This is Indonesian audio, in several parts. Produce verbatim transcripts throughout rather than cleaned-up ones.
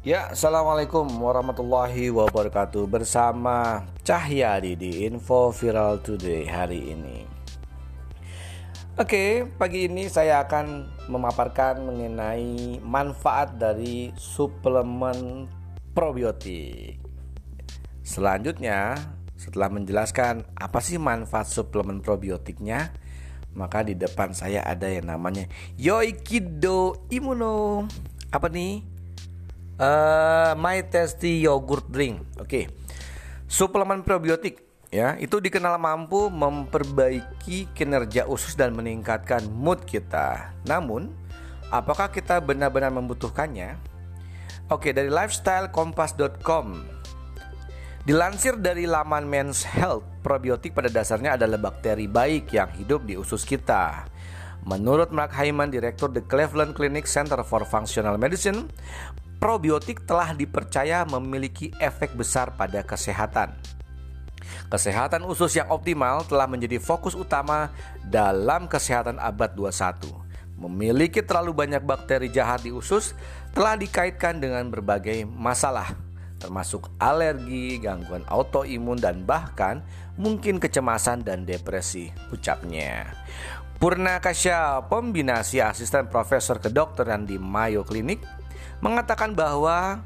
Ya, Assalamualaikum warahmatullahi wabarakatuh. Bersama Cahyadi di Info Viral Today hari ini. Oke, pagi ini saya akan memaparkan mengenai manfaat dari suplemen probiotik. Selanjutnya, setelah menjelaskan apa sih manfaat suplemen probiotiknya, maka di depan saya ada yang namanya Yoikido Immuno. Apa nih? Uh, My Tasty Yogurt Drink. Oke, okay. Suplemen probiotik ya, itu dikenal mampu memperbaiki kinerja usus dan meningkatkan mood kita. Namun, apakah kita benar-benar membutuhkannya? Oke, okay, dari lifestyle kompas dot com. Dilansir dari laman Men's Health, probiotik pada dasarnya adalah bakteri baik yang hidup di usus kita. Menurut Mark Hyman, Direktur The Cleveland Clinic Center for Functional Medicine, probiotik telah dipercaya memiliki efek besar pada kesehatan. Kesehatan usus yang optimal telah menjadi fokus utama dalam kesehatan abad dua puluh satu. Memiliki terlalu banyak bakteri jahat di usus telah dikaitkan dengan berbagai masalah, termasuk alergi, gangguan autoimun, dan bahkan mungkin kecemasan dan depresi, ucapnya. Purna Kasya, pembinasi asisten profesor kedokteran di Mayo Clinic, mengatakan bahwa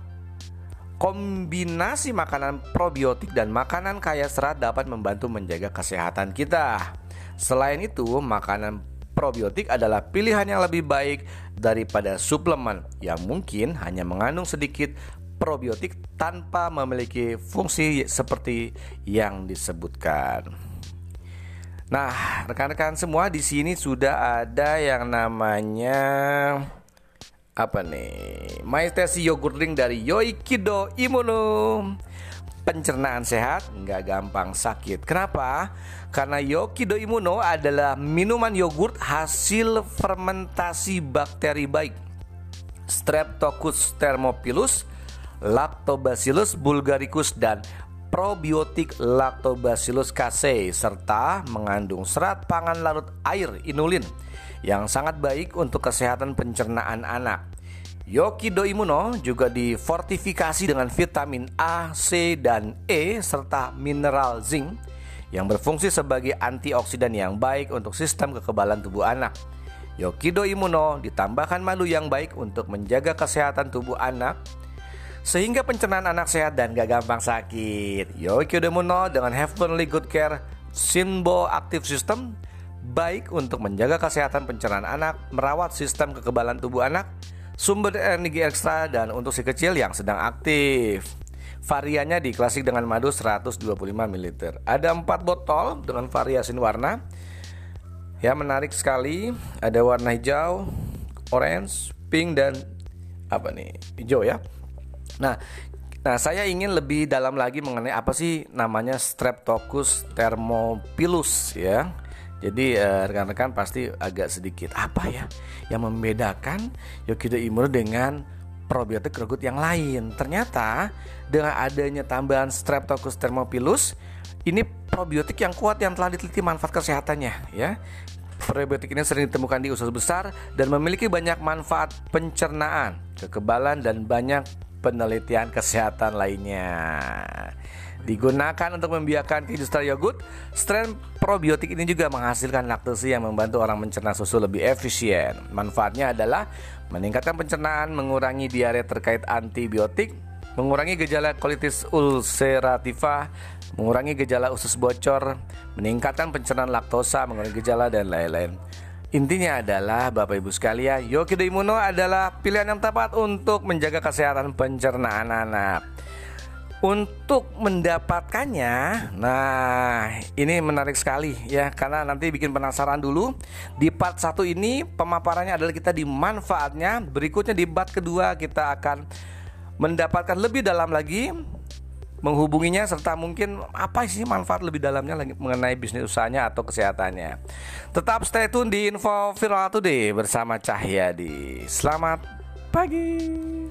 kombinasi makanan probiotik dan makanan kaya serat dapat membantu menjaga kesehatan kita. Selain itu, makanan probiotik adalah pilihan yang lebih baik daripada suplemen yang mungkin hanya mengandung sedikit probiotik tanpa memiliki fungsi seperti yang disebutkan. Nah, rekan-rekan semua, di sini sudah ada yang namanya apa nih? My Tasty Yogurt Drink dari Yoikido Immuno. Pencernaan sehat, nggak gampang sakit. Kenapa? Karena Yoikido Immuno adalah minuman yogurt hasil fermentasi bakteri baik Streptococcus thermophilus, Lactobacillus bulgaricus, dan probiotik Lactobacillus casei, serta mengandung serat pangan larut air inulin yang sangat baik untuk kesehatan pencernaan anak. Yoikido Immuno juga difortifikasi dengan vitamin A, C, dan E serta mineral zinc yang berfungsi sebagai antioksidan yang baik untuk sistem kekebalan tubuh anak. Yoikido Immuno ditambahkan madu yang baik untuk menjaga kesehatan tubuh anak sehingga pencernaan anak sehat dan gak gampang sakit. Yoikido Immuno dengan Heavenly Good Care Sinbo Active System baik untuk menjaga kesehatan pencernaan anak, merawat sistem kekebalan tubuh anak, sumber energi ekstra, dan untuk si kecil yang sedang aktif. Variannya di klasik dengan madu seratus dua puluh lima mililiter. Ada empat botol dengan variasi warna. Ya, menarik sekali. Ada warna hijau, orange, pink, dan apa nih? Hijau ya. Nah, nah saya ingin lebih dalam lagi mengenai apa sih namanya Streptococcus thermophilus ya. Jadi eh, rekan-rekan pasti agak sedikit apa ya yang membedakan Yoikido Immuno dengan probiotik yogurt yang lain. Ternyata dengan adanya tambahan Streptococcus thermophilus, ini probiotik yang kuat yang telah diteliti manfaat kesehatannya ya. Probiotik ini sering ditemukan di usus besar dan memiliki banyak manfaat pencernaan, kekebalan, dan banyak penelitian kesehatan lainnya. Digunakan untuk membiarkan industri yogurt, strain probiotik ini juga menghasilkan laktose yang membantu orang mencerna susu lebih efisien. Manfaatnya adalah meningkatkan pencernaan, mengurangi diare terkait antibiotik, mengurangi gejala colitis ulcerativa, mengurangi gejala usus bocor, meningkatkan pencernaan laktosa, mengurangi gejala, dan lain-lain. Intinya adalah Bapak Ibu sekalian, Yoikido Immuno adalah pilihan yang tepat untuk menjaga kesehatan pencernaan anak. Untuk mendapatkannya, nah ini menarik sekali ya, karena nanti bikin penasaran dulu. Di part satu ini pemaparannya adalah kita di manfaatnya. Berikutnya di part kedua kita akan mendapatkan lebih dalam lagi menghubunginya, serta mungkin apa sih manfaat lebih dalamnya lagi mengenai bisnis usahanya atau kesehatannya. Tetap stay tune di Info Viral Today bersama Cahyadi. Selamat pagi.